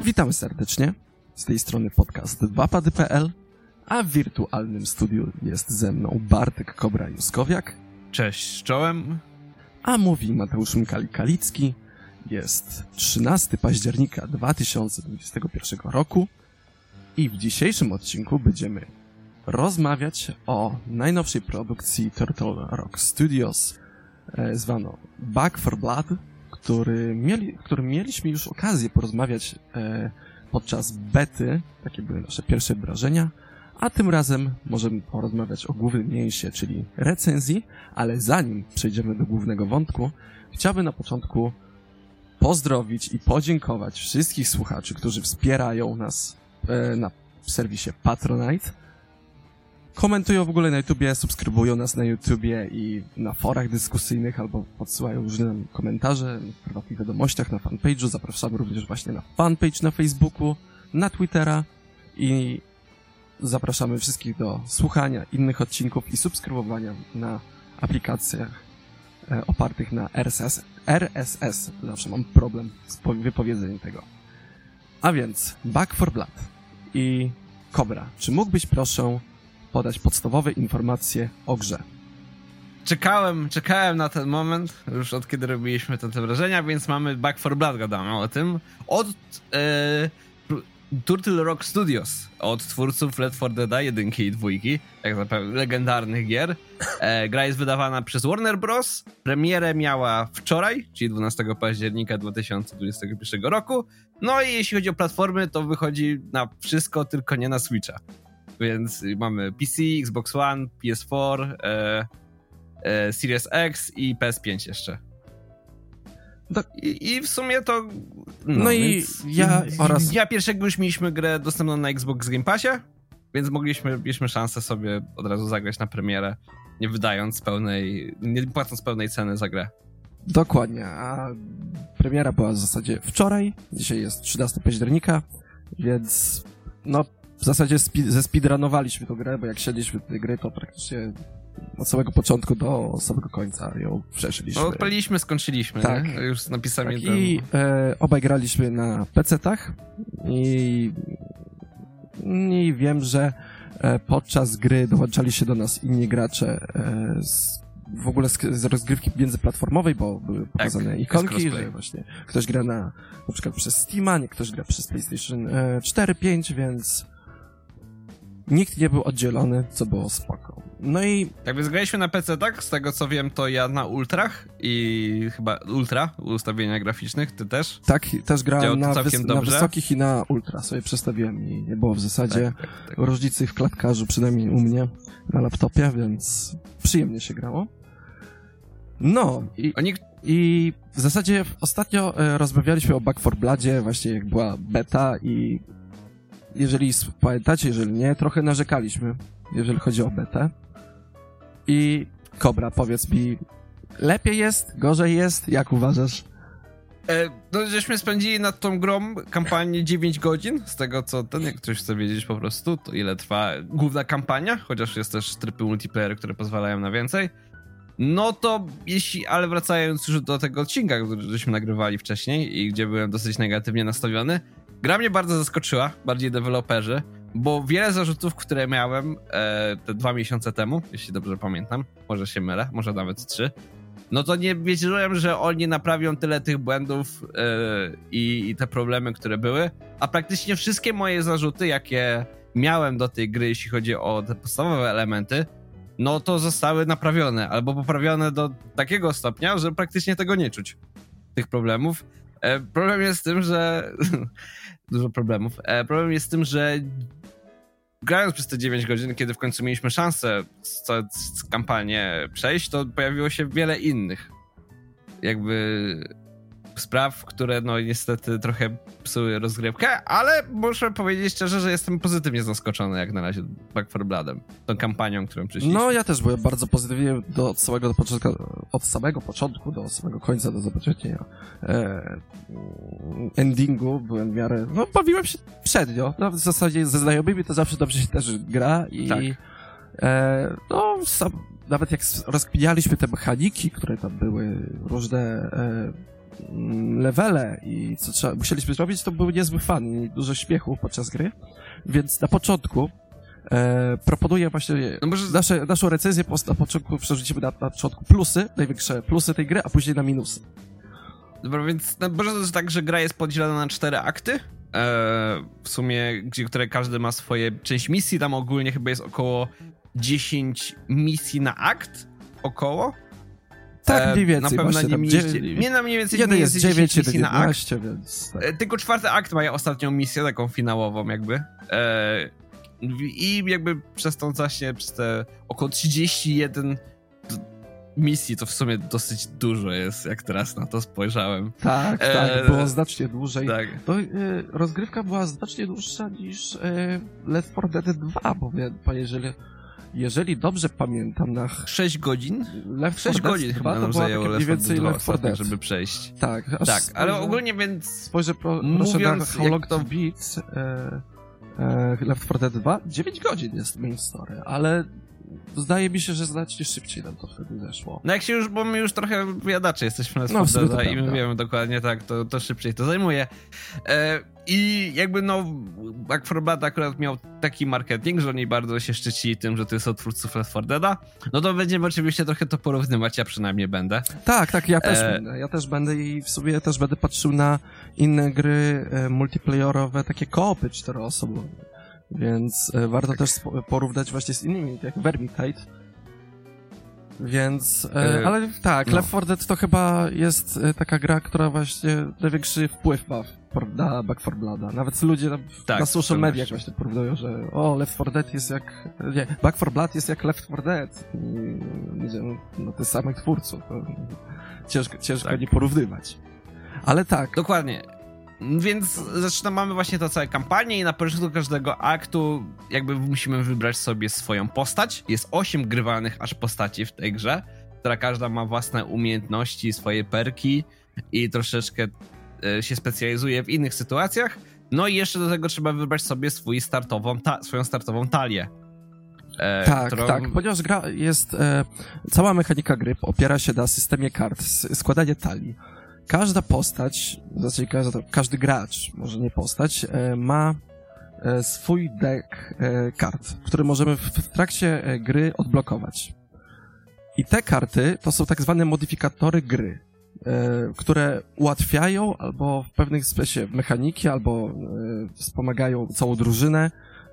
Witamy serdecznie. Z tej strony podcast wapady.pl, a w wirtualnym studiu jest ze mną Bartek Kobra-Juskowiak. Cześć, czołem. A mówi Mateusz Mikalik-Kalicki. Jest 13 października 2021 roku i w dzisiejszym odcinku będziemy rozmawiać o najnowszej produkcji Turtle Rock Studios, zwano Back 4 Blood, którym mieliśmy już okazję porozmawiać podczas bety. Takie były nasze pierwsze wrażenia, a tym razem możemy porozmawiać o głównym mięsie, czyli recenzji, ale zanim przejdziemy do głównego wątku, chciałbym na początku pozdrowić i podziękować wszystkich słuchaczy, którzy wspierają nas na serwisie Patronite, komentują w ogóle na YouTubie, subskrybują nas na YouTubie i na forach dyskusyjnych, albo podsyłają różne nam komentarze w prywatnych wiadomościach na fanpage'u. Zapraszamy również właśnie na fanpage na Facebooku, na Twittera i zapraszamy wszystkich do słuchania innych odcinków i subskrybowania na aplikacjach opartych na RSS. Zawsze mam problem z wypowiedzeniem tego. A więc Back 4 Blood i Kobra, czy mógłbyś proszę podać podstawowe informacje o grze? Czekałem na ten moment, już od kiedy robiliśmy te wrażenia, więc mamy Back 4 Blood, gadamy o tym, od Turtle Rock Studios, od twórców Left 4 Dead 1 i 2, jak zapewne legendarnych gier. Gra jest wydawana przez Warner Bros. Premierę miała wczoraj, czyli 12 października 2021 roku. No i jeśli chodzi o platformy, to wychodzi na wszystko, tylko nie na Switcha. Więc mamy PC, Xbox One, PS4, Series X i PS5 jeszcze. I w sumie to... No i ja pierwszego już mieliśmy grę dostępną na Xbox Game Passie, więc mieliśmy szansę sobie od razu zagrać na premierę, nie płacąc pełnej ceny za grę. Dokładnie, a premiera była w zasadzie wczoraj, dzisiaj jest 13 października, więc no w zasadzie zespeedrunowaliśmy tę grę, bo jak siedliśmy do tej gry, to praktycznie od samego początku do samego końca ją przeszliśmy. No, odpaliliśmy, skończyliśmy, tak. Nie? Już z napisami. Tak, i obaj graliśmy na PC-tach i wiem, że podczas gry dołączali się do nas inni gracze w ogóle z rozgrywki międzyplatformowej, bo były pokazane ikonki, że właśnie ktoś gra na przykład przez Steama, nie ktoś gra przez PlayStation 4, 5, więc nikt nie był oddzielony, co było spoko. No i... Tak więc graliśmy na PC, tak? Z tego co wiem, to ja na ultrach i chyba ultra ustawienia graficznych, ty też? Tak, też grałem na wysokich i na ultra sobie przestawiłem i nie było w zasadzie tak. różnicy w klatkarzu, przynajmniej u mnie na laptopie, więc przyjemnie się grało. No i w zasadzie ostatnio rozmawialiśmy o Back 4 Bloodzie, właśnie jak była beta i jeżeli pamiętacie, jeżeli nie, trochę narzekaliśmy, jeżeli chodzi o betę. I Kobra, powiedz mi, lepiej jest, gorzej jest, jak uważasz? No, żeśmy spędzili nad tą grą kampanię 9 godzin, z tego co jak ktoś chce wiedzieć po prostu, to ile trwa główna kampania, chociaż jest też tryby multiplayer, które pozwalają na więcej. No to ale wracając już do tego odcinka, który żeśmy nagrywali wcześniej i gdzie byłem dosyć negatywnie nastawiony, gra mnie bardzo zaskoczyła, bardziej deweloperzy, bo wiele zarzutów, które miałem te 2 miesiące temu, jeśli dobrze pamiętam, może się mylę, może nawet 3, no to nie wiedziałem, że oni naprawią tyle tych błędów i te problemy, które były, a praktycznie wszystkie moje zarzuty, jakie miałem do tej gry, jeśli chodzi o te podstawowe elementy, no to zostały naprawione, albo poprawione do takiego stopnia, że praktycznie tego nie czuć, tych problemów. Problem jest z tym, że... Dużo problemów. Problem jest z tym, że grając przez te 9 godzin, kiedy w końcu mieliśmy szansę z kampanię przejść, to pojawiło się wiele innych spraw, które no niestety trochę psuły rozgrywkę, ale muszę powiedzieć szczerze, że jestem pozytywnie zaskoczony jak na razie Back 4 Bloodem, tą kampanią, którą przeszliśmy. No ja też byłem bardzo pozytywnie od samego początku do samego końca, do zobaczenia endingu, byłem w miarę, no bawiłem się przednio, no, w zasadzie ze znajomymi to zawsze dobrze się też gra i tak. Nawet jak rozkminialiśmy te mechaniki, które tam były, różne levele i co musieliśmy zrobić, to był niezły fan i dużo śmiechu podczas gry, więc na początku proponuję właśnie naszą recenzję na początku przerzucimy na początku plusy, największe plusy tej gry, a później na minusy. Dobra, więc może to jest tak, że gra jest podzielona na 4 akty, w sumie, które każdy ma swoje część misji, tam ogólnie chyba jest około 10 misji na akt, około. Tak, mniej więcej. Na pewno nie mniej więcej jeden jest 9, misji na akt. 11, więc... Tak. Tylko 4 akt ma ostatnią misję, taką finałową jakby. I jakby przez te około 31 misji, to w sumie dosyć dużo jest, jak teraz na to spojrzałem. Tak, było znacznie dłużej. Tak. To rozgrywka była znacznie dłuższa niż Left 4 Dead 2, bo jeżeli dobrze pamiętam, na 6 godzin? Left 6 godzin chyba nam zajęło mniej więcej Left 4 Dead, żeby przejść. Tak, ale ogólnie więc... Spojrzę proszę na How Long to Beat, Left 4 Dead 2, 9 godzin jest main story, ale zdaje mi się, że znacznie szybciej nam to wtedy zeszło. No jak się już, bo my już trochę wyjadacze jesteśmy na Left 4 Dead i my wiemy dokładnie tak, to szybciej to zajmuje. I jakby Back 4 Blood akurat miał taki marketing, że oni bardzo się szczycili tym, że to jest od twórców Left 4 Deada. No to będziemy oczywiście trochę to porównywać, ja przynajmniej będę. Tak, ja też będę i w sobie też będę patrzył na inne gry multiplayerowe, takie koopy 4-osobowe. Więc warto też porównać właśnie z innymi, jak Vermintide. Więc, ale tak, Left 4 Dead to chyba jest taka gra, która właśnie największy wpływ ma na Back 4 Blooda. Nawet ludzie na social mediach właśnie porównują, że Left 4 Dead jest jak... Nie, Back 4 Blood jest jak Left 4 Dead. No tych samych twórców. Ciężko nie porównywać. Ale tak. Dokładnie. Więc mamy właśnie tę całą kampanię i na początku każdego aktu jakby musimy wybrać sobie swoją postać. Jest 8 grywalnych aż postaci w tej grze, która każda ma własne umiejętności, swoje perki i troszeczkę się specjalizuje w innych sytuacjach. No i jeszcze do tego trzeba wybrać sobie swoją startową talię. Tak, ponieważ gra jest... cała mechanika gry opiera się na systemie kart, składanie talii. Każda postać, znaczy każdy gracz, może nie postać, ma swój deck kart, który możemy w trakcie gry odblokować. I te karty to są tak zwane modyfikatory gry, które ułatwiają albo w pewnych sensie mechaniki, albo wspomagają całą drużynę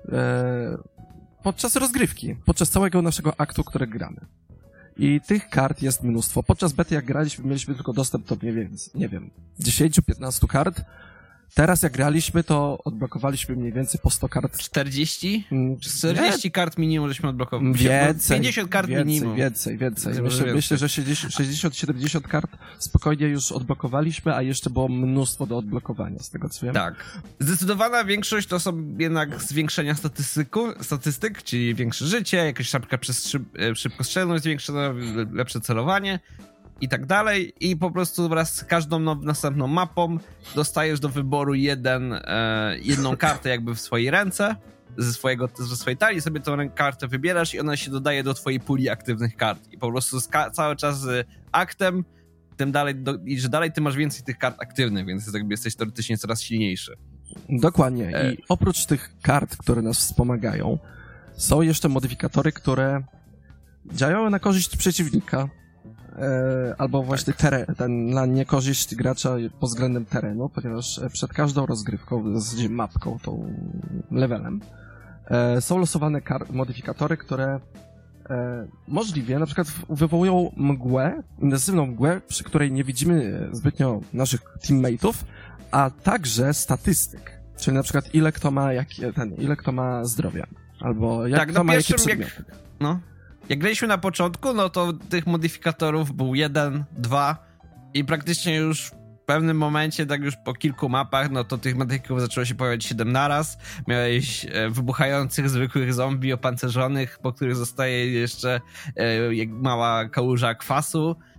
podczas rozgrywki, podczas całego naszego aktu, który gramy. I tych kart jest mnóstwo. Podczas bety jak graliśmy, mieliśmy tylko dostęp do mniej więcej, 10-15 kart. Teraz jak graliśmy, to odblokowaliśmy mniej więcej po 100 kart. 40? 40 kart minimum żeśmy odblokowali. Więcej. 50 kart minimum. Więcej. Myślę, że 60-70 kart spokojnie już odblokowaliśmy, a jeszcze było mnóstwo do odblokowania, z tego co wiem. Tak. Zdecydowana większość to są jednak zwiększenia statystyk, czyli większe życie, jakaś szapka przez szybkostrzelność, lepsze celowanie i tak dalej. I po prostu wraz z każdą następną mapą dostajesz do wyboru jedną kartę jakby w swojej ręce, ze swojej talii sobie tą kartę wybierasz i ona się dodaje do twojej puli aktywnych kart. I po prostu cały czas z aktem, tym dalej, że dalej ty masz więcej tych kart aktywnych, więc jakby jesteś teoretycznie coraz silniejszy. Dokładnie. I oprócz tych kart, które nas wspomagają, są jeszcze modyfikatory, które działają na korzyść przeciwnika, albo właśnie na niekorzyść gracza pod względem terenu, ponieważ przed każdą rozgrywką, w zasadzie mapką, tą levelem, są losowane modyfikatory, które możliwie na przykład wywołują mgłę, intensywną mgłę, przy której nie widzimy zbytnio naszych teammateów, a także statystyk, czyli na przykład ile kto ma zdrowia, albo kto ma jakie przedmioty. Jak graliśmy na początku, no to tych modyfikatorów był 1, 2 i praktycznie już w pewnym momencie, tak już po kilku mapach, no to tych modyfikatorów zaczęło się pojawiać 7 naraz. Miałeś wybuchających, zwykłych zombie opancerzonych, po których zostaje jeszcze mała kałuża kwasu.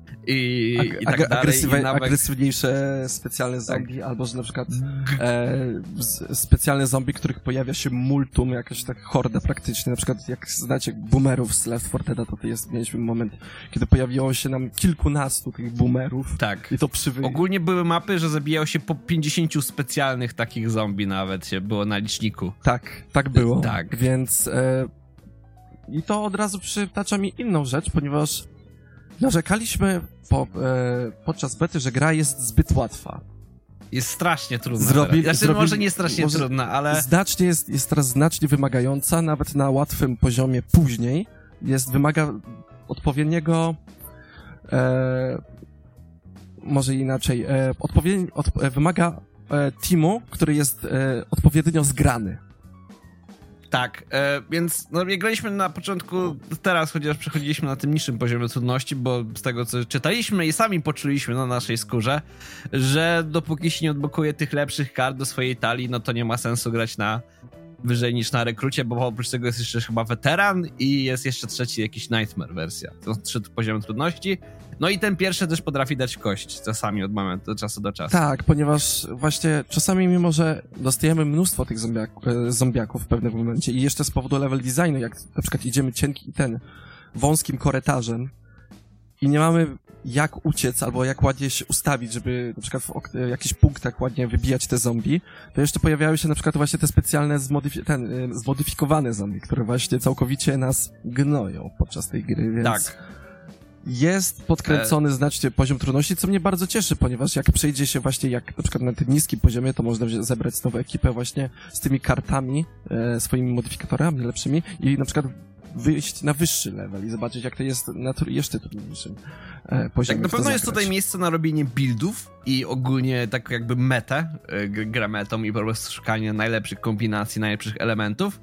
i tak dalej. I nawet... Agresywniejsze specjalne zombie, albo że na przykład specjalne zombie, których pojawia się multum, jakaś tak horda praktycznie, na przykład jak znacie boomerów z Left 4 Dead, to mieliśmy moment, kiedy pojawiło się nam kilkunastu tych boomerów. Tak. I to Ogólnie były mapy, że zabijało się po 50 specjalnych takich zombie nawet się było na liczniku. Tak było. Tak. Więc i to od razu przytacza mi inną rzecz, ponieważ narzekaliśmy podczas bety, że gra jest zbyt łatwa. Jest strasznie trudna. Może nie strasznie trudna, ale... Znacznie jest teraz znacznie wymagająca, nawet na łatwym poziomie później. Wymaga odpowiedniego... może inaczej. Wymaga teamu, który jest odpowiednio zgrany. Tak, więc jak graliśmy na początku, teraz chociaż przechodziliśmy na tym niższym poziomie trudności, bo z tego co czytaliśmy i sami poczuliśmy na naszej skórze, że dopóki się nie odblokuje tych lepszych kart do swojej talii, no to nie ma sensu grać na wyżej niż na rekrucie, bo oprócz tego jest jeszcze chyba weteran i jest jeszcze trzeci jakiś Nightmare wersja. To są 3 poziomy trudności. No i ten pierwszy też potrafi dać kość czasami od momentu do czasu do czasu. Tak, ponieważ właśnie czasami mimo, że dostajemy mnóstwo tych zombiaków w pewnym momencie i jeszcze z powodu level designu, jak na przykład idziemy wąskim korytarzem i nie mamy jak uciec albo jak ładnie się ustawić, żeby na przykład w jakichś punktach ładnie wybijać te zombie, to jeszcze pojawiały się na przykład właśnie te specjalne zmodyfikowane zombie, które właśnie całkowicie nas gnoją podczas tej gry, więc... Tak. Jest podkręcony znacznie poziom trudności, co mnie bardzo cieszy, ponieważ jak przejdzie się właśnie, jak na przykład na tym niskim poziomie, to można zebrać znowu ekipę właśnie z tymi kartami, swoimi modyfikatorami lepszymi i na przykład wyjść na wyższy level i zobaczyć, jak to jest na jeszcze trudniejszym poziomie. Tak, na pewno jest tutaj miejsce na robienie buildów i ogólnie tak jakby metę, gra metą i po prostu szukanie najlepszych kombinacji, najlepszych elementów.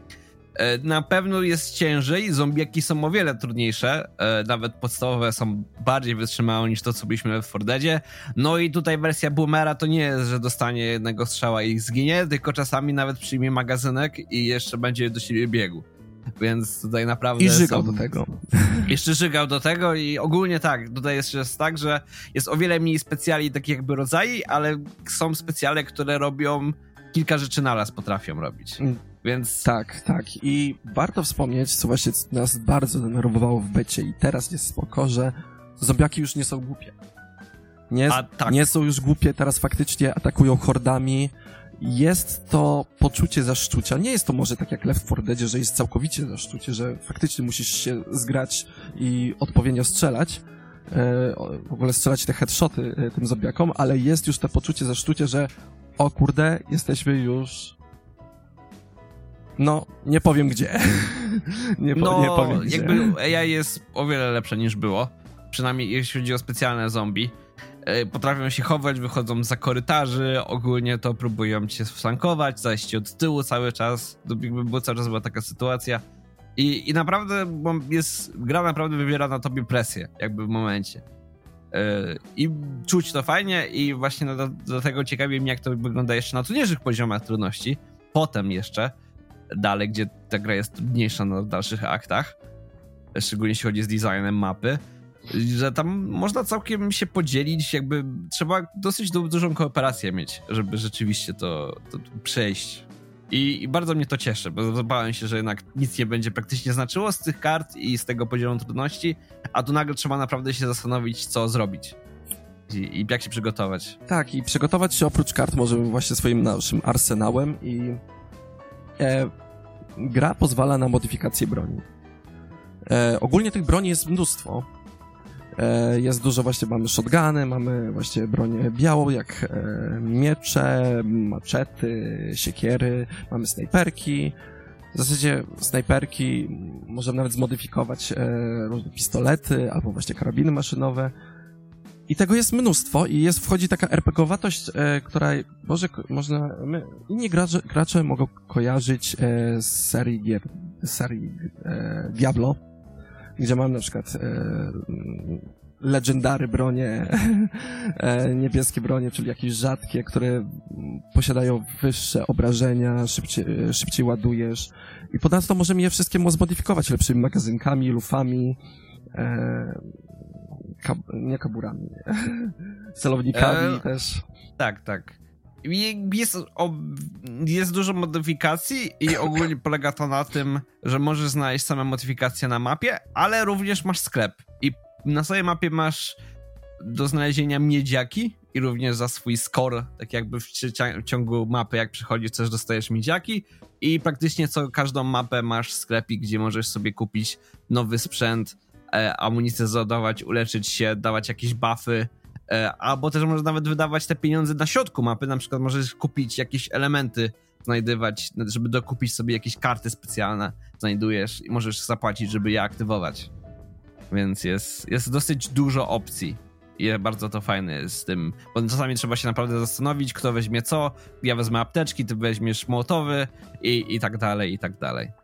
Na pewno jest ciężej, zombiaki są o wiele trudniejsze, nawet podstawowe są bardziej wytrzymałe niż to, co byliśmy w 4 Deadzie. No i tutaj wersja boomera to nie jest, że dostanie jednego strzała i zginie, tylko czasami nawet przyjmie magazynek i jeszcze będzie do siebie biegł. Więc tutaj naprawdę... I żygał do tego. Jeszcze żygał do tego i ogólnie tak, tutaj jest tak, że jest o wiele mniej specjali takich jakby rodzajów, ale są specjale, które robią kilka rzeczy naraz potrafią robić. Więc... Tak. I warto wspomnieć, co właśnie nas bardzo denerwowało w becie i teraz jest spoko, że zombiaki już nie są głupie. Nie są już głupie, teraz faktycznie atakują hordami. Jest to poczucie zaszczucia. Nie jest to może tak jak Left 4 Deadzie, że jest całkowicie zaszczucie, że faktycznie musisz się zgrać i odpowiednio strzelać. W ogóle strzelać te headshoty tym zombiakom, ale jest już to poczucie zaszczucia, że o kurde, jesteśmy już... No, nie powiem gdzie. nie powiem gdzie. Jakby AI jest o wiele lepsze niż było. Przynajmniej jeśli chodzi o specjalne zombie. Potrafią się chować, wychodzą za korytarzy, ogólnie to próbują cię flankować, zajść od tyłu cały czas. Cały czas była taka sytuacja. I naprawdę gra naprawdę wywiera na tobie presję, jakby w momencie. I czuć to fajnie i właśnie dlatego ciekawi mnie, jak to wygląda jeszcze na trudniejszych poziomach trudności. Potem jeszcze dalej, gdzie ta gra jest trudniejsza na dalszych aktach, szczególnie jeśli chodzi z designem mapy, że tam można całkiem się podzielić, jakby trzeba dosyć dużą kooperację mieć, żeby rzeczywiście to przejść. I bardzo mnie to cieszy, bo bałem się, że jednak nic nie będzie praktycznie znaczyło z tych kart i z tego poziomu trudności, a tu nagle trzeba naprawdę się zastanowić, co zrobić i jak się przygotować. Tak, i przygotować się oprócz kart możemy właśnie swoim naszym arsenałem i gra pozwala na modyfikację broni. Ogólnie tych broni jest mnóstwo. Jest dużo właśnie, mamy shotguny, mamy właśnie broń białą, jak miecze, maczety, siekiery, mamy snajperki. W zasadzie snajperki możemy nawet zmodyfikować różne pistolety albo właśnie karabiny maszynowe. I tego jest mnóstwo i wchodzi taka RPG-owatość, która inni gracze mogą kojarzyć z serii Diablo, gdzie mam na przykład legendary bronie, niebieskie bronie, czyli jakieś rzadkie, które posiadają wyższe obrażenia, szybciej ładujesz. I ponadto możemy je wszystkie zmodyfikować lepszymi magazynkami, lufami, nie kaburami, celownikami też. Tak. Jest dużo modyfikacji i ogólnie polega to na tym, że możesz znaleźć same modyfikacje na mapie, ale również masz sklep. I na swojej mapie masz do znalezienia miedziaki i również za swój score, tak jakby w ciągu mapy, jak przychodzisz, też dostajesz miedziaki i praktycznie każdą mapę masz sklepik, gdzie możesz sobie kupić nowy sprzęt, amunicję zładować, uleczyć się, dawać jakieś buffy, albo też możesz nawet wydawać te pieniądze na środku mapy, na przykład możesz kupić jakieś elementy, znajdywać, żeby dokupić sobie jakieś karty specjalne, znajdujesz i możesz zapłacić, żeby je aktywować. Więc jest dosyć dużo opcji. I bardzo to fajne jest z tym, bo czasami trzeba się naprawdę zastanowić, kto weźmie co. Ja wezmę apteczki, ty weźmiesz mołotowy i tak dalej, i tak dalej.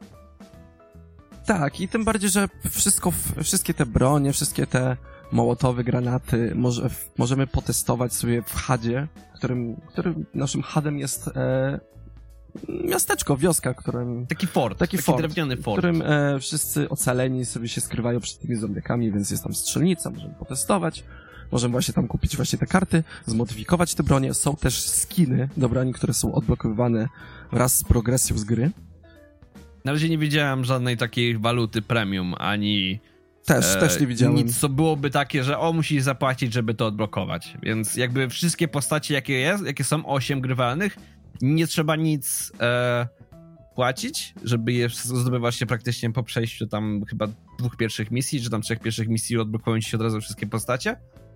Tak, i tym bardziej, że wszystkie te bronie, wszystkie te mołotowy, granaty możemy potestować sobie w HUD-zie, którym naszym HUD-em jest miasteczko, wioska, którym... Taki drewniany fort. W którym wszyscy ocaleni sobie się skrywają przed tymi zombiakami, więc jest tam strzelnica, możemy potestować. Możemy właśnie tam kupić właśnie te karty, zmodyfikować te bronie. Są też skiny do broni, które są odblokowywane wraz z progresją z gry. Na razie nie widziałem żadnej takiej waluty premium, ani... Też nie widziałem. Nic, co byłoby takie, że musisz zapłacić, żeby to odblokować. Więc jakby wszystkie postacie, jakie są, 8 grywalnych, nie trzeba nic płacić, żeby je zdobywać się praktycznie po przejściu tam chyba 2 pierwszych misji, czy tam 3 pierwszych misji odblokują ci się od razu wszystkie postacie.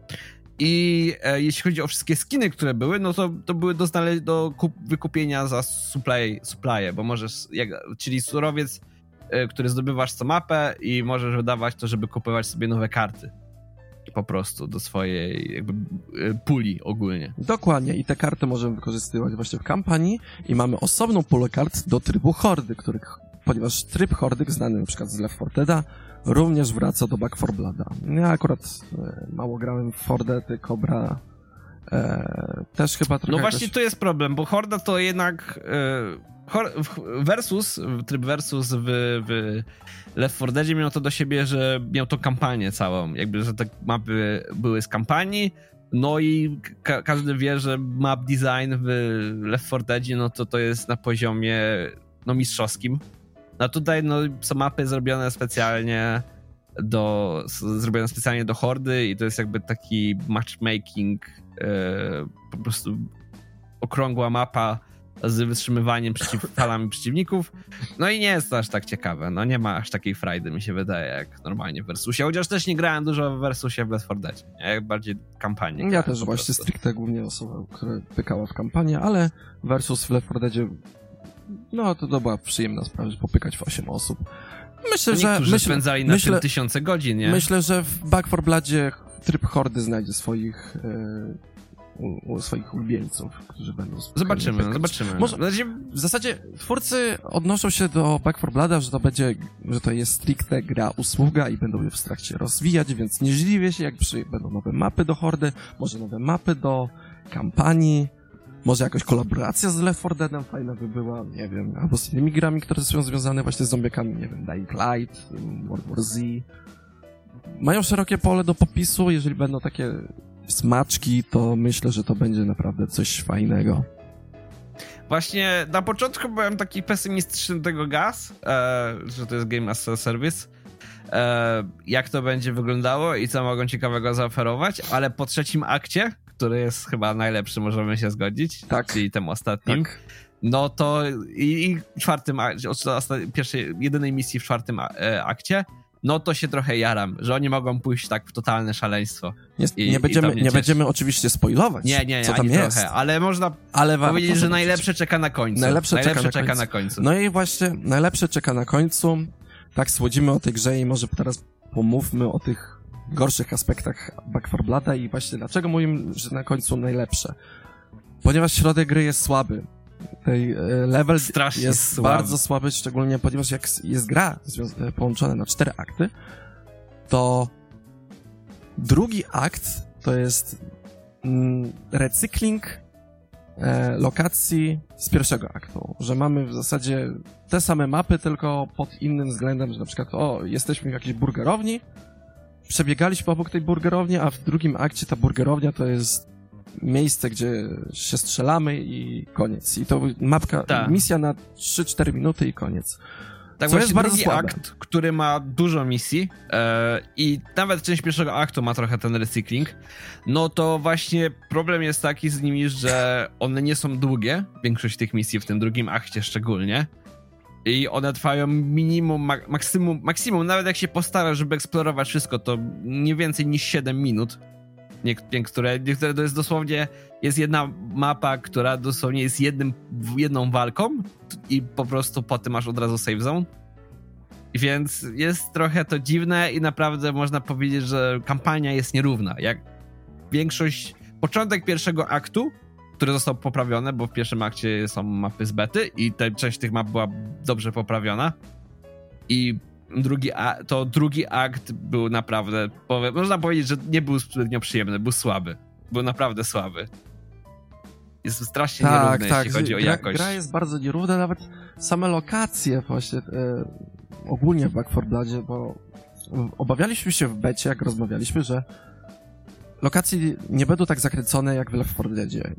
I jeśli chodzi o wszystkie skiny, które były, no to były do wykupienia za supply, bo możesz, czyli surowiec, który zdobywasz co mapę i możesz wydawać to, żeby kupować sobie nowe karty. Po prostu do swojej jakby puli ogólnie. Dokładnie i te karty możemy wykorzystywać właśnie w kampanii i mamy osobną pulę kart do trybu hordy, ponieważ tryb hordy znany na przykład z Left 4 Deada również wraca do Back 4 Blooda. Ja akurat mało grałem w hordę, tylko też chyba trochę... No właśnie to jest problem, bo horda to jednak tryb versus w Left 4 Deadzie miał to do siebie, że miał to kampanię całą, jakby, że te mapy były z kampanii, no i każdy wie, że map design w Left 4 Deadzie, no to jest na poziomie mistrzowskim. No tutaj są mapy zrobione specjalnie do hordy i to jest jakby taki matchmaking, po prostu okrągła mapa z wytrzymywaniem falami przeciwników. No i nie jest to aż tak ciekawe. No nie ma aż takiej frajdy, mi się wydaje, jak normalnie w Versusie. Chociaż też nie grałem dużo w Versusie w Left 4 Dead. Jak bardziej kampanię. Ja też właśnie stricte głównie osoba, która pykała w kampanię, ale Versus w Left 4 Deadzie to była przyjemna sprawa, żeby popykać w 8 osób. Myślę, że spędzali na tym 1000 godzin, nie? Myślę, że w Back 4 Bloodzie tryb hordy znajdzie swoich ulubieńców, którzy będą... Zobaczymy. Może, w zasadzie twórcy odnoszą się do Back 4 Blooda, że to jest stricte gra usługa i będą je w trakcie rozwijać, więc nie zdziwię się, jak będą nowe mapy do hordy, może nowe mapy do kampanii, może jakaś kolaboracja z Left 4 Deadem fajna by była, nie wiem, albo z innymi grami, które są związane właśnie z zombiakami, nie wiem, Dying Light, World War Z. Mają szerokie pole do popisu, jeżeli będą takie smaczki, to myślę, że to będzie naprawdę coś fajnego. Właśnie na początku byłem taki pesymistyczny do tego że to jest Game as a Service, jak to będzie wyglądało i co mogą ciekawego zaoferować, ale po 3. akcie, który jest chyba najlepszy, możemy się zgodzić, tak, czyli tym ostatnim, tak. No to i w 4. jedynej misji w 4. akcie, no to się trochę jaram, że oni mogą pójść tak w totalne szaleństwo. Nie będziemy oczywiście spoilować, nie, co tam jest. Trochę, ale można powiedzieć, że najlepsze czeka na końcu. Najlepsze czeka na końcu. No i właśnie, najlepsze czeka na końcu. Tak słodzimy o tej grze i może teraz pomówmy o tych gorszych aspektach Back 4 Blooda i właśnie dlaczego mówimy, że na końcu najlepsze. Ponieważ środek gry jest słaby. Tej level strasznie jest słaby. Bardzo słaby, szczególnie ponieważ jak jest gra połączona na 4 akty, to drugi akt to jest recykling lokacji z pierwszego aktu, że mamy w zasadzie te same mapy, tylko pod innym względem, że na przykład jesteśmy w jakiejś burgerowni, przebiegaliśmy obok tej burgerowni, a w drugim akcie ta burgerownia to jest miejsce, gdzie się strzelamy i koniec. I to misja na 3-4 minuty i koniec. Tak, co jest właśnie bardzo drugi słabe. akt, który ma dużo misji i nawet część pierwszego aktu ma trochę ten recykling, no to właśnie problem jest taki z nimi, że one nie są długie, większość tych misji w tym drugim akcie szczególnie, i one trwają minimum, maksimum, nawet jak się postara, żeby eksplorować wszystko, to nie więcej niż 7 minut. Niektóre to jest dosłownie, jest jedna mapa, która dosłownie jest jedną walką i po prostu potem masz od razu save zone. Więc jest trochę to dziwne i naprawdę można powiedzieć, że kampania jest nierówna. Jak początek pierwszego aktu, który został poprawiony, bo w pierwszym akcie są mapy z bety i część tych map była dobrze poprawiona. I drugi akt był naprawdę, można powiedzieć, że nie był zbytnio przyjemny, był słaby. Był naprawdę słaby. Jest strasznie nierówny, jeśli chodzi o jakość. Gra jest bardzo nierówna, nawet same lokacje właśnie, ogólnie w Back 4 Bloodzie, bo obawialiśmy się w becie, jak rozmawialiśmy, że lokacje nie będą tak zakręcone jak w Left 4 Deadzie.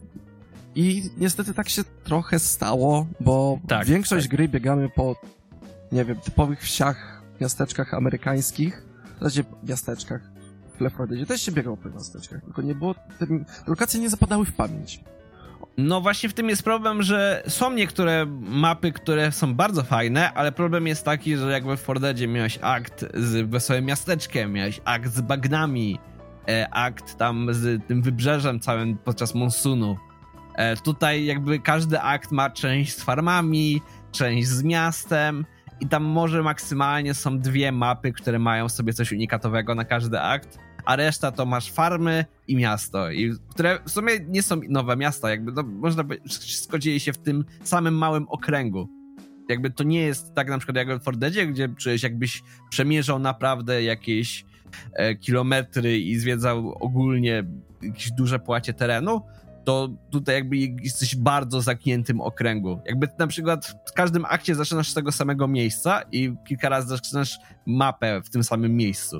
I niestety tak się trochę stało, bo większość gry biegamy po, nie wiem, typowych wsiach, miasteczkach amerykańskich, w zasadzie miasteczkach w Left 4 Deadzie też się biegało po miasteczkach, tylko nie było, te lokacje nie zapadały w pamięć. No właśnie w tym jest problem, że są niektóre mapy, które są bardzo fajne, ale problem jest taki, że jak we 4 Deadzie miałeś akt z Wesołym Miasteczkiem, miałeś akt z bagnami, akt tam z tym wybrzeżem całym podczas monsunu. Tutaj jakby każdy akt ma część z farmami, część z miastem i tam może maksymalnie są 2 mapy, które mają sobie coś unikatowego na każdy akt, a reszta to masz farmy i miasto, które w sumie nie są nowe miasta, jakby no, można powiedzieć, wszystko dzieje się w tym samym małym okręgu. Jakby to nie jest tak na przykład jak w 4 Deadzie, gdzie czujesz jakbyś przemierzał naprawdę jakieś kilometry i zwiedzał ogólnie jakieś duże płacie terenu, to tutaj jakby jesteś bardzo zamkniętym okręgu. Jakby na przykład w każdym akcie zaczynasz z tego samego miejsca i kilka razy zaczynasz mapę w tym samym miejscu.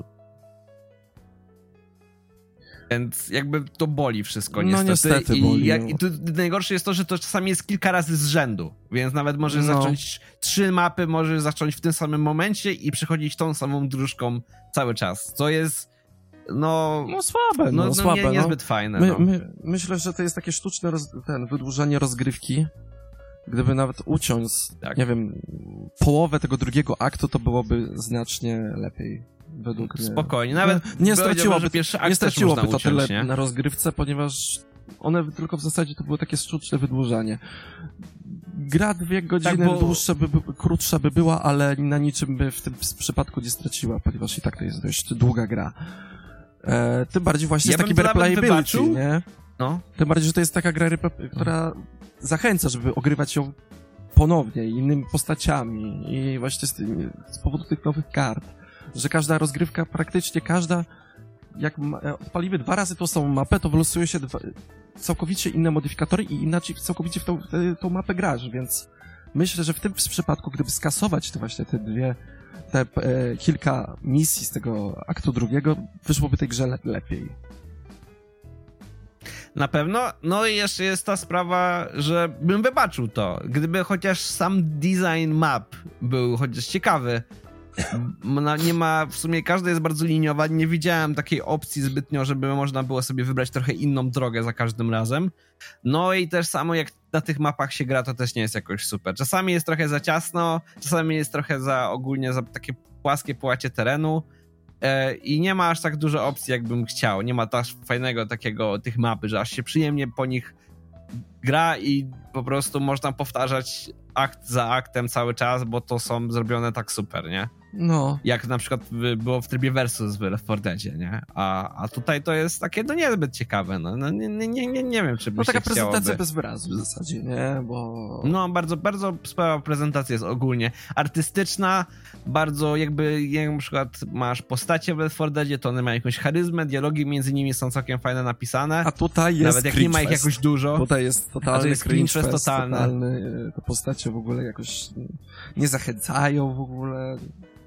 Więc jakby to boli wszystko, niestety. No niestety boli. I tu najgorsze jest to, że to czasami jest kilka razy z rzędu, więc nawet możesz zacząć 3 mapy, możesz zacząć w tym samym momencie i przechodzić tą samą dróżką cały czas, co jest słabe, słabe. Niezbyt fajne. Myślę, że to jest takie sztuczne wydłużenie rozgrywki. Gdyby nawet uciąć, nie wiem, połowę tego drugiego aktu, to byłoby znacznie lepiej. Według mnie. Spokojnie, nawet nie straciłoby to tyle nie? na rozgrywce, ponieważ one tylko w zasadzie to było takie sztuczne wydłużanie. Gra 2 godziny krótsza by była, ale na niczym by w tym przypadku nie straciła, ponieważ i tak to jest dość długa gra. Tym bardziej właśnie jest taki replayability, nie? No. Tym bardziej, że to jest taka gra, która zachęca, żeby ogrywać ją ponownie, innymi postaciami i właśnie z powodu tych nowych kart, że każda rozgrywka, praktycznie każda, jak odpalimy 2 razy tą samą mapę, to wylosuje się całkowicie inne modyfikatory i inaczej całkowicie w tą mapę grasz, więc myślę, że w tym przypadku, gdyby skasować kilka misji z tego aktu drugiego, wyszłoby tej grze lepiej. Na pewno. No i jeszcze jest ta sprawa, że bym wybaczył to. Gdyby chociaż sam design map był chociaż ciekawy. Nie ma, w sumie każda jest bardzo liniowa. Nie widziałem takiej opcji zbytnio, żeby można było sobie wybrać trochę inną drogę za każdym razem. No i też samo jak na tych mapach się gra, to też nie jest jakoś super. Czasami jest trochę za ciasno, czasami jest trochę ogólnie za takie płaskie połacie terenu. I nie ma aż tak dużo opcji, jakbym chciał. Nie ma też fajnego takiego tych mapy, że aż się przyjemnie po nich gra i po prostu można powtarzać akt za aktem cały czas, bo to są zrobione tak super, nie? No. Jak na przykład było w trybie versus w Left 4 Deadzie, nie? A tutaj to jest takie, niezbyt ciekawe, nie wiem, czy by się taka prezentacja chciałoby. bez wyrazu w zasadzie, nie? Bo... No, bardzo, bardzo wspaniała prezentacja jest ogólnie artystyczna, bardzo jakby, jak na przykład masz postacie w Left 4 Deadzie, to one mają jakąś charyzmę, dialogi między nimi są całkiem fajne napisane. A tutaj jest nawet jak nie ma ich jakoś dużo. Tutaj jest totalny cringe fest totalny. Te postacie w ogóle jakoś nie zachęcają w ogóle.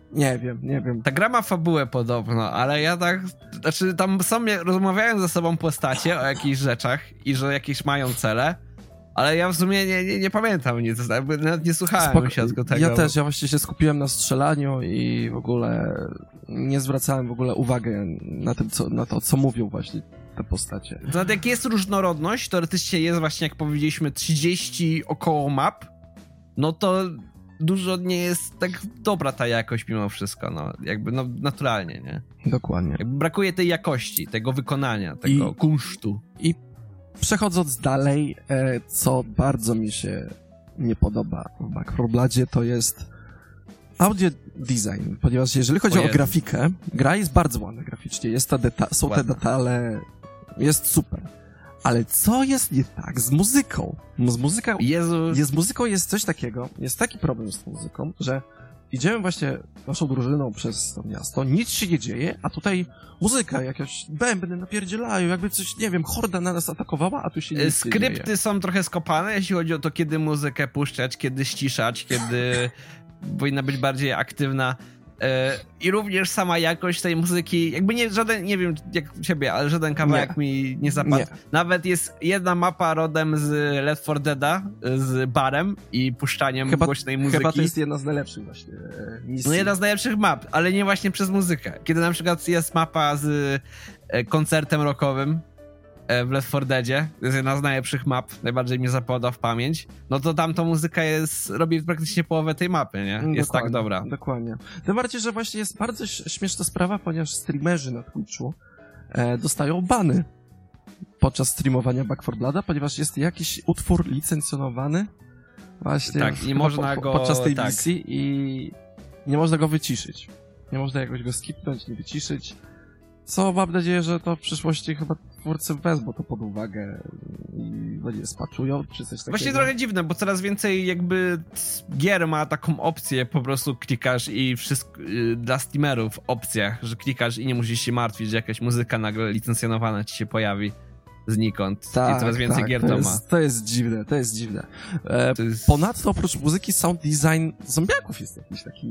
Nie wiem. Ta gra ma fabułę podobno, ale ja tak... Znaczy, tam rozmawiają ze sobą postacie o jakichś rzeczach i że jakieś mają cele, ale ja w sumie nie pamiętam nic, nawet nie słuchałem się tego. Ja też, ja właśnie się skupiłem na strzelaniu i w ogóle nie zwracałem w ogóle uwagi na to, co mówią właśnie te postacie. Nawet jak jest różnorodność, teoretycznie jest właśnie, jak powiedzieliśmy, 30 około map, no to dużo nie jest tak dobra ta jakość mimo wszystko, no jakby no naturalnie, nie? Dokładnie. Jakby brakuje tej jakości, tego wykonania, tego kunsztu. I przechodząc dalej, co bardzo mi się nie podoba w Back 4 Bloodzie, to jest audio design, ponieważ jeżeli chodzi o grafikę, gra jest bardzo ładna graficznie, jest są te detale, jest super. Ale co jest nie tak z muzyką? Z muzyką jest coś takiego, jest taki problem z tą muzyką, że idziemy właśnie naszą drużyną przez to miasto, nic się nie dzieje, a tutaj muzyka, jakieś bębny napierdzielają, jakby coś, nie wiem, horda na nas atakowała, a tu się nic nie dzieje. Skrypty są trochę skopane, jeśli chodzi o to, kiedy muzykę puszczać, kiedy ściszać, kiedy powinna być bardziej aktywna. I również sama jakość tej muzyki, jakby nie wiem jak u ciebie, ale żaden kawałek mi nie zapadł. Nawet jest jedna mapa rodem z Left 4 Deada, z barem i puszczaniem głośnej muzyki. Chyba to jest jedna z najlepszych właśnie misji. No jedna z najlepszych map, ale nie właśnie przez muzykę. Kiedy na przykład jest mapa z koncertem rockowym w Left 4 Deadzie, to jest jedna z najlepszych map, najbardziej mi zapada w pamięć, no to tamta muzyka robi praktycznie połowę tej mapy, nie? Jest tak dobra. Dokładnie. Tym bardziej, że właśnie jest bardzo śmieszna sprawa, ponieważ streamerzy na Twitchu dostają bany podczas streamowania Back 4 Blooda, ponieważ jest jakiś utwór licencjonowany właśnie nie można go podczas tej misji i nie można go wyciszyć. Nie można jakoś go skipnąć, nie wyciszyć. Co mam nadzieję, że to w przyszłości chyba twórcy wezmą to pod uwagę i nie spaczują, czy coś takiego. Właśnie trochę dziwne, bo coraz więcej jakby gier ma taką opcję, po prostu klikasz i wszystko dla steamerów w opcjach, że klikasz i nie musisz się martwić, że jakaś muzyka nagle licencjonowana ci się pojawi znikąd. Tak, i coraz więcej gier to ma. To jest dziwne. Ponadto oprócz muzyki sound design zombiaków jest jakiś taki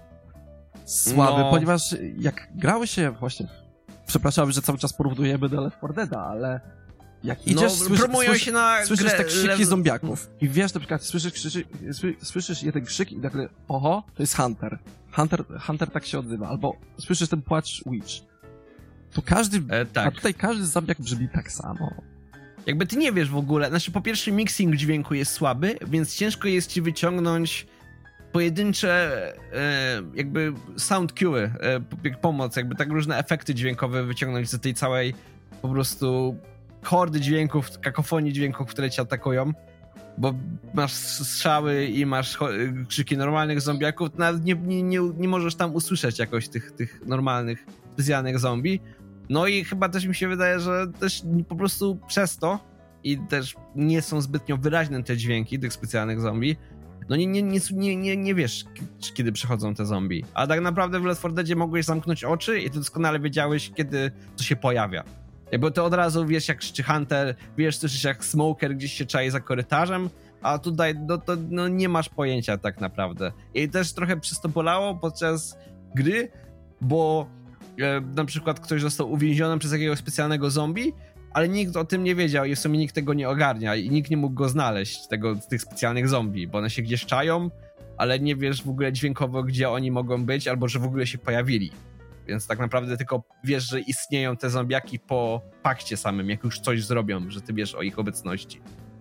słaby, ponieważ jak grały się właśnie przepraszam, że cały czas porównujemy do Left 4 Deada, ale jak idziesz, słyszysz te krzyki zombiaków i wiesz, na przykład słyszysz jeden krzyk i nagle, oho, to jest Hunter. Hunter tak się odzywa, albo słyszysz ten płacz Witch. To a tutaj każdy zombiak brzmi tak samo. Jakby ty nie wiesz w ogóle, znaczy po pierwsze mixing dźwięku jest słaby, więc ciężko jest ci wyciągnąć pojedyncze jakby sound cue'y, pomoc, jakby tak różne efekty dźwiękowe wyciągnąć z tej całej po prostu hordy dźwięków, kakofonii dźwięków, które cię atakują, bo masz strzały i masz krzyki normalnych zombiaków, to nawet nie możesz tam usłyszeć jakoś tych normalnych, specjalnych zombie. No i chyba też mi się wydaje, że też po prostu przez to i też nie są zbytnio wyraźne te dźwięki tych specjalnych zombie, no nie wiesz, kiedy przychodzą te zombie. A tak naprawdę w Left 4 Deadzie mogłeś zamknąć oczy i ty doskonale wiedziałeś, kiedy to się pojawia. Jakby ty od razu wiesz, jak krzyczy Hunter, wiesz, słyszysz, jak Smoker gdzieś się czai za korytarzem, a tutaj no nie masz pojęcia tak naprawdę. I też trochę przez to bolało podczas gry, bo na przykład ktoś został uwięziony przez jakiegoś specjalnego zombie, ale nikt o tym nie wiedział i w sumie nikt tego nie ogarnia i nikt nie mógł go znaleźć, tych specjalnych zombie, bo one się gdzieś czają, ale nie wiesz w ogóle dźwiękowo, gdzie oni mogą być, albo że w ogóle się pojawili. Więc tak naprawdę tylko wiesz, że istnieją te zombiaki po pakcie samym, jak już coś zrobią, że ty wiesz o ich obecności.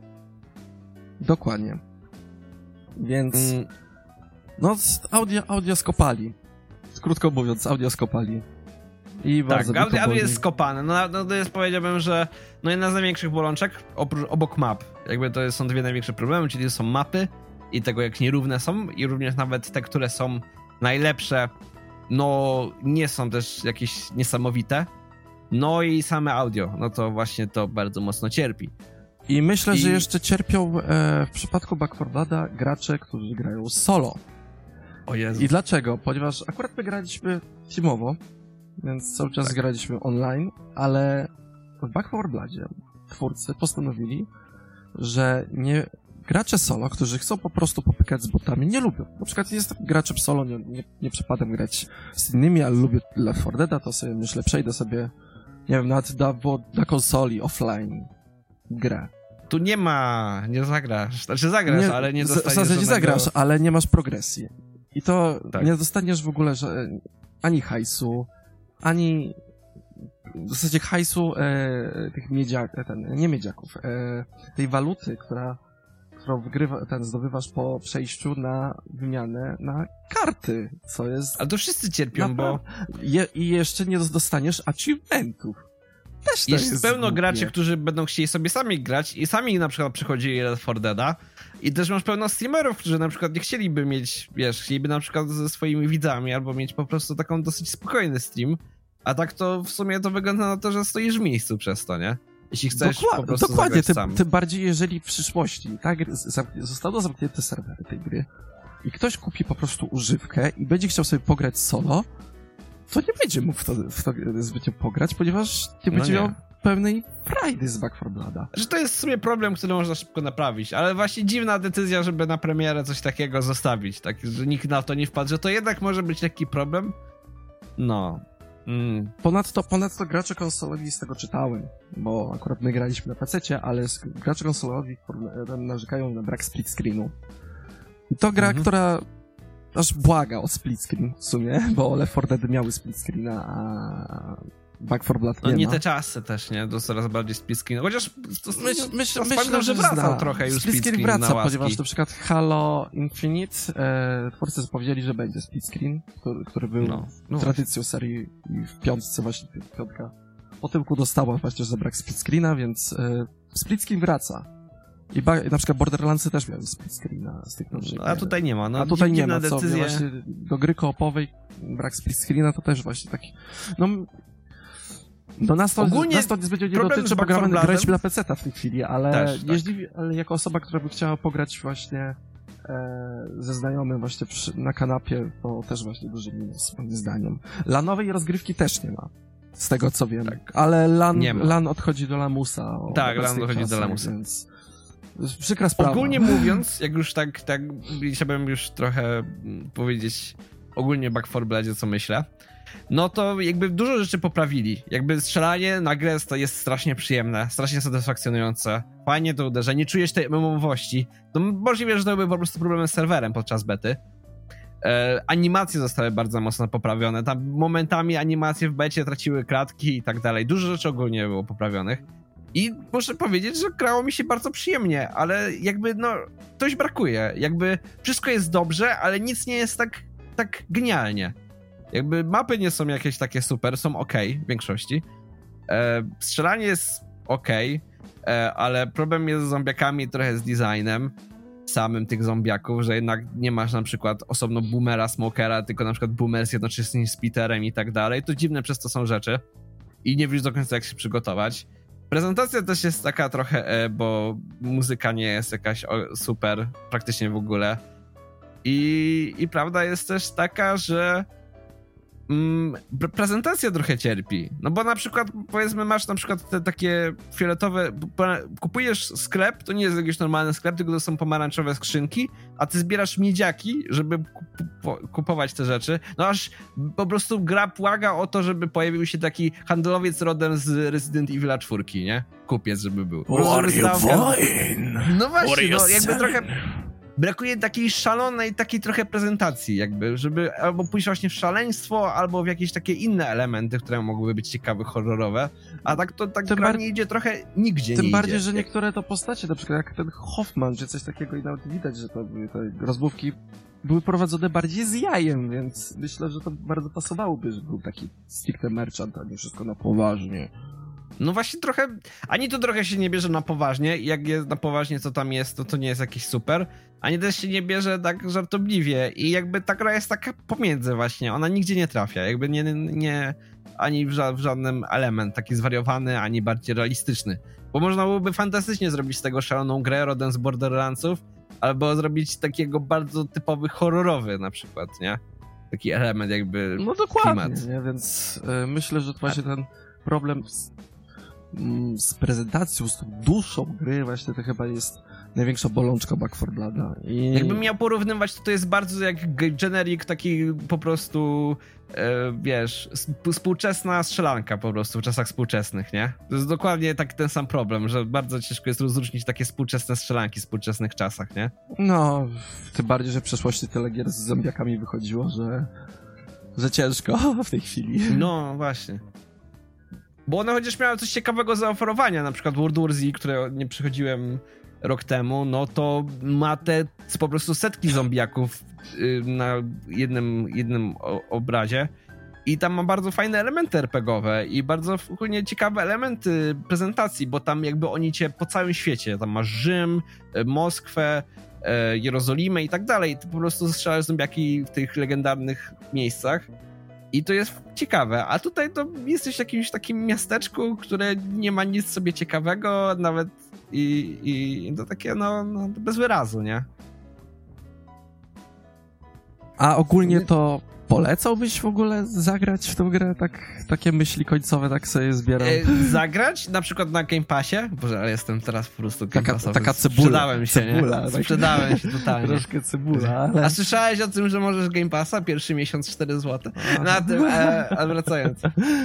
Dokładnie. Więc no audio skopali. Krótko mówiąc, audio skopali. I bardzo tak, audio jest skopane. No to jest, powiedziałbym, że jedna z największych bolączek obok map. Jakby to są dwie największe problemy, czyli to są mapy i tego, jak nierówne są i również nawet te, które są najlepsze, no nie są też jakieś niesamowite. No i same audio, no to właśnie to bardzo mocno cierpi. I myślę, że jeszcze cierpią w przypadku Back 4 Blooda gracze, którzy grają solo. O Jezu. I dlaczego? Ponieważ akurat my graliśmy teamowo, więc cały czas graliśmy online, ale w Back 4 Bloodzie twórcy postanowili, że gracze solo, którzy chcą po prostu popykać z botami, nie lubią. Na przykład jest graczem solo, nie przepadam grać z innymi, ale lubię Left 4 Deada, to sobie myślę, przejdę sobie, nie wiem, nawet na konsoli offline grę. Tu nie zagrasz. Znaczy zagrasz, ale nie dostaniesz w zasadzie żadnego... zagrasz, ale nie masz progresji. I to tak. nie dostaniesz w ogóle ani hajsu, ani w zasadzie hajsu tych nie miedziaków, tej waluty, którą zdobywasz po przejściu na wymianę na karty, co jest... A to wszyscy cierpią, bo... I jeszcze nie dostaniesz achievementów. Też jest pełno graczy, którzy będą chcieli sobie sami grać i sami na przykład przychodzili Left 4 Deada i też masz pełno streamerów, którzy na przykład nie chcieliby mieć, chcieliby na przykład ze swoimi widzami albo mieć po prostu taką dosyć spokojny stream, a tak to w sumie to wygląda na to, że stoisz w miejscu przez to, nie? Jeśli chcesz po prostu dokładnie, zagrać sam. Tym bardziej, jeżeli w przyszłości zostaną zamknięte serwery tej gry i ktoś kupi po prostu używkę i będzie chciał sobie pograć solo, to nie będzie mógł w to zbytnio pograć, ponieważ nie będzie miał pełnej frajdy z Back 4 Blooda. Że to jest w sumie problem, który można szybko naprawić, ale właśnie dziwna decyzja, żeby na premierę coś takiego zostawić, tak, że nikt na to nie wpadł, że to jednak może być taki problem. No. Ponadto gracze konsolowi, z tego czytałem, bo akurat my graliśmy na PC-cie, ale gracze konsolowi narzekają na brak split screenu. I to gra, która aż błaga o split screen w sumie, bo Left 4 Dead miały split screena, a Back 4 Blood nie ma. Te czasy też, nie? To coraz bardziej split screen. Chociaż myślę, że wraca trochę już split screen wraca, ponieważ na przykład Halo Infinite twórcy zapowiedzieli, że będzie split screen, który był tradycją serii i w piątce właśnie, piątka po tyłku dostała właśnie za brak split screena, więc split screen wraca. I na przykład Borderlandsy też miały split screena z tych nowych. A tutaj nie ma. A tutaj nie ma, co właśnie do gry koopowej brak split screena to też właśnie taki... nas to niezbyt nie dotyczy, bo graliśmy na PC-ta w tej chwili, ale też, ale jako osoba, która by chciała pograć właśnie ze znajomym właśnie na kanapie, to też właśnie duży minus, moim zdaniem. LANowej rozgrywki też nie ma. Z tego co wiem. Tak. Ale LAN odchodzi do lamusa. Tak, LAN odchodzi do lamusa. Więc przykra sprawa. Ogólnie mówiąc, jak już tak chciałbym już trochę powiedzieć ogólnie Back 4 Bloodzie, co myślę, no to jakby dużo rzeczy poprawili. Jakby strzelanie na grę to jest strasznie przyjemne, strasznie satysfakcjonujące. Fajnie to uderza, nie czujesz tej MMO-wości. To możliwe, że to były po prostu problemy z serwerem podczas bety. Animacje zostały bardzo mocno poprawione. Tam momentami animacje w becie traciły klatki i tak dalej. Dużo rzeczy ogólnie było poprawionych. I muszę powiedzieć, że grało mi się bardzo przyjemnie, ale jakby coś brakuje. Jakby wszystko jest dobrze, ale nic nie jest tak genialnie. Jakby mapy nie są jakieś takie super, są okej w większości. Strzelanie jest okej, ale problem jest z zombiakami, trochę z designem samym tych zombiaków, że jednak nie masz na przykład osobno boomera, smokera, tylko na przykład boomer z jednocześnie z Peterem i tak dalej. To dziwne przez to są rzeczy i nie wiesz do końca jak się przygotować. Prezentacja też jest taka trochę, bo muzyka nie jest jakaś super, praktycznie w ogóle. I prawda jest też taka, że prezentacja trochę cierpi. No bo na przykład, powiedzmy, masz na przykład te takie fioletowe, kupujesz sklep, to nie jest jakiś normalny sklep, tylko to są pomarańczowe skrzynki, a ty zbierasz miedziaki, żeby kupować te rzeczy. No aż po prostu gra błaga o to, żeby pojawił się taki handlowiec rodem z Resident Evil 4, nie? Kupiec, żeby był. No właśnie, no jakby trochę... Brakuje takiej szalonej, takiej trochę prezentacji jakby, żeby albo pójść właśnie w szaleństwo, albo w jakieś takie inne elementy, które mogłyby być ciekawe, horrorowe, a tak to gra nie idzie trochę nigdzie. Tym bardziej, że niektóre to postacie, na przykład jak ten Hoffman, czy coś takiego i nawet widać, że to były te rozmówki były prowadzone bardziej z jajem, więc myślę, że to bardzo pasowałoby, że był taki stricte merchant, a nie wszystko na poważnie. No właśnie trochę, ani to trochę się nie bierze na poważnie, jak jest na poważnie co tam jest, to nie jest jakiś super, ani też się nie bierze tak żartobliwie i jakby ta gra jest taka pomiędzy właśnie, ona nigdzie nie trafia, jakby nie ani w żadnym element taki zwariowany, ani bardziej realistyczny, bo można byłoby fantastycznie zrobić z tego szaloną grę rodem z Borderlandsów, albo zrobić takiego bardzo typowy horrorowy na przykład, nie? Taki element jakby no dokładnie, klimat. Nie? Więc myślę, że właśnie ten problem z prezentacją, z tą duszą gry właśnie to chyba jest największa bolączka Back 4 Blooda. Jakbym miał porównywać, to jest bardzo jak generic, taki po prostu, wiesz, współczesna strzelanka po prostu w czasach współczesnych, nie? To jest dokładnie tak ten sam problem, że bardzo ciężko jest rozróżnić takie współczesne strzelanki w współczesnych czasach, nie? No, tym bardziej, że w przeszłości tyle gier z zombiakami wychodziło, że ciężko w tej chwili. No, właśnie. Bo one chociaż miały coś ciekawego zaoferowania, na przykład World War Z, które nie przychodziłem rok temu, no to ma te po prostu setki zombiaków na jednym obrazie i tam ma bardzo fajne elementy RPGowe i bardzo ogólnie ciekawe elementy prezentacji, bo tam jakby oni cię po całym świecie, tam masz Rzym, Moskwę, Jerozolimę i tak dalej, ty po prostu strzelasz zombiaki w tych legendarnych miejscach i to jest ciekawe, a tutaj to jesteś w jakimś takim miasteczku, które nie ma nic sobie ciekawego, nawet i to takie, no bez wyrazu, nie? A ogólnie to polecałbyś w ogóle zagrać w tę grę? Takie myśli końcowe tak sobie zbieram. Zagrać? Na przykład na Game Passie? Boże, ale jestem teraz po prostu Game Passowy. Taka cebula. Sprzedałem się, cebula, nie? tak? Sprzedałem się totalnie. Troszkę cebula, ale... A słyszałeś o tym, że możesz Game Passa? Pierwszy miesiąc 4 zł? Na tym, a wracając.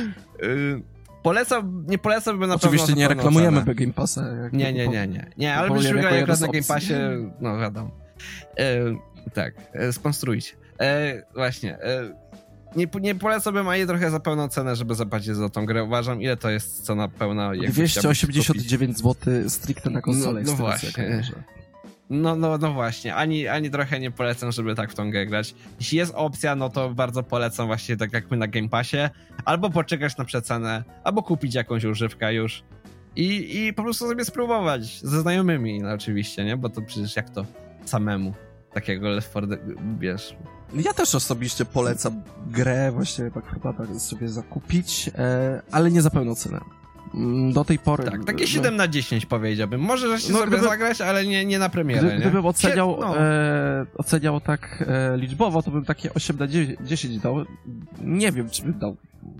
Nie polecałbym na Oczywiście pewno nie reklamujemy Game Passa. Nie, ale byś wygrał akurat na Game Passie, no wiadomo. Tak, sponsorujcie. Właśnie. Nie polecałbym ani trochę za pełną cenę, żeby zapłacić za tą grę. Uważam, ile to jest cena pełna. 289 zł stricte na konsolę. No właśnie. No właśnie, ani trochę nie polecam, żeby tak w tą grę grać. Jeśli jest opcja, no to bardzo polecam właśnie tak jak my na Game Passie, albo poczekać na przecenę, albo kupić jakąś używkę już i po prostu sobie spróbować ze znajomymi, no oczywiście, nie? Bo to przecież jak to samemu takiego Left 4 Dead, wiesz. Ja też osobiście polecam grę właśnie Back 4 Blood sobie zakupić, ale nie za pełną cenę. Do tej pory... Tak, takie 7/10 powiedziałbym. Może sobie zagrać, ale nie na premierę. Gdybym oceniał tak liczbowo, to bym takie 8/10 dał. Nie wiem, czy bym dał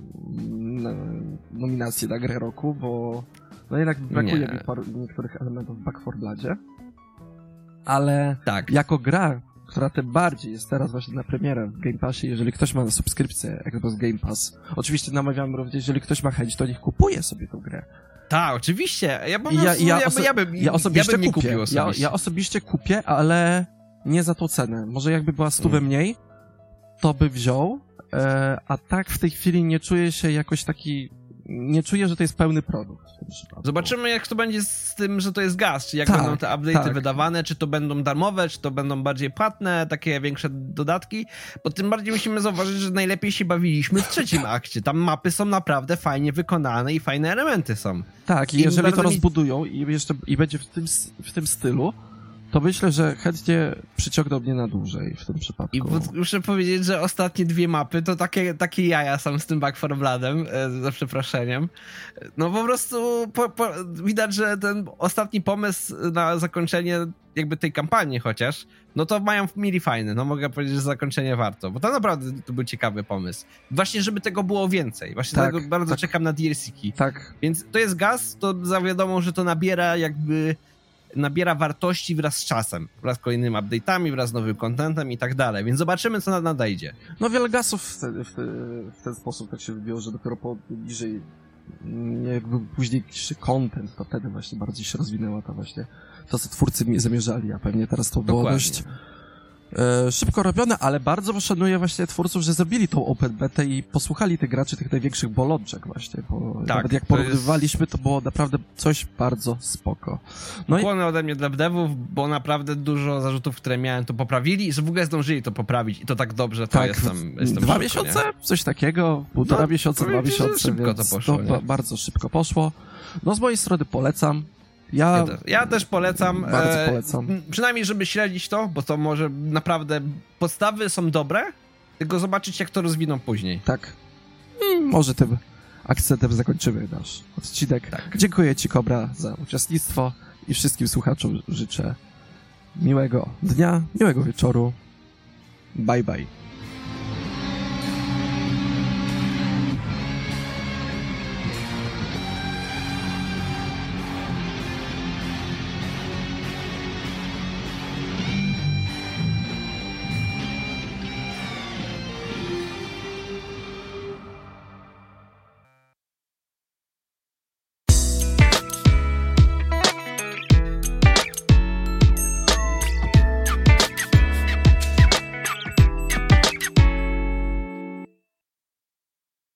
nominację na grę roku, bo no jednak brakuje mi niektórych elementów w Back 4 Bloodzie. Ale jako gra, która tym bardziej jest teraz właśnie na premierę w Game Passie, jeżeli ktoś ma subskrypcję Xbox Game Pass, oczywiście namawiam również, jeżeli ktoś ma chęć, to niech kupuje sobie tę grę. Tak, oczywiście. Ja osobiście kupię, ale nie za tą cenę. Może jakby była 100 mniej, to by wziął, a tak w tej chwili nie czuję się jakoś taki... Nie czuję, że to jest pełny produkt w tym przypadku. Zobaczymy, jak to będzie z tym, że to jest gaz, czy jak będą te update'y wydawane, czy to będą darmowe, czy to będą bardziej płatne, takie większe dodatki, bo tym bardziej musimy zauważyć, że najlepiej się bawiliśmy w trzecim akcie. Tam mapy są naprawdę fajnie wykonane i fajne elementy są. Tak, i jeżeli to rozbudują i będzie w tym stylu, to myślę, że chętnie przyciągnął mnie na dłużej w tym przypadku. I muszę powiedzieć, że ostatnie 2 mapy to takie jaja są z tym Back 4 Bloodem, za przeproszeniem. No po prostu widać, że ten ostatni pomysł na zakończenie jakby tej kampanii chociaż, no to mieli fajny. No mogę powiedzieć, że zakończenie warto, bo to naprawdę to był ciekawy pomysł. Właśnie, żeby tego było więcej. Właśnie tego bardzo czekam na DLC-ki. Tak. Więc to jest gaz, to zawiadomo, że to nabiera wartości wraz z czasem, wraz z kolejnymi update'ami, wraz z nowym contentem i tak dalej, więc zobaczymy, co nadejdzie. No wiele gasów w ten sposób tak się wybiło, że dopiero bliżej jakby późniejszy content, to wtedy właśnie bardziej się rozwinęła to, co twórcy zamierzali, a pewnie teraz to było dość szybko robione, ale bardzo szanuję właśnie twórców, że zrobili tą open betę i posłuchali tych graczy, tych największych bolączek właśnie, bo nawet jak porównywaliśmy, to było naprawdę coś bardzo spoko. No ukłony ode mnie dla devów, bo naprawdę dużo zarzutów, które miałem, to poprawili i że w ogóle zdążyli to poprawić i to tak dobrze, to jestem 2 miesiące? Nie? Coś takiego? 1,5 miesiąca, 2 miesiące, szybko to poszło. Bardzo szybko poszło. No z mojej strony polecam. Ja też polecam. Bardzo polecam. Przynajmniej, żeby śledzić to, bo to może naprawdę podstawy są dobre, tylko zobaczyć, jak to rozwiną później. Tak. Może tym akcentem zakończymy nasz odcinek. Tak. Dziękuję Ci, Kobra, za uczestnictwo i wszystkim słuchaczom życzę miłego dnia, miłego wieczoru. Bye bye.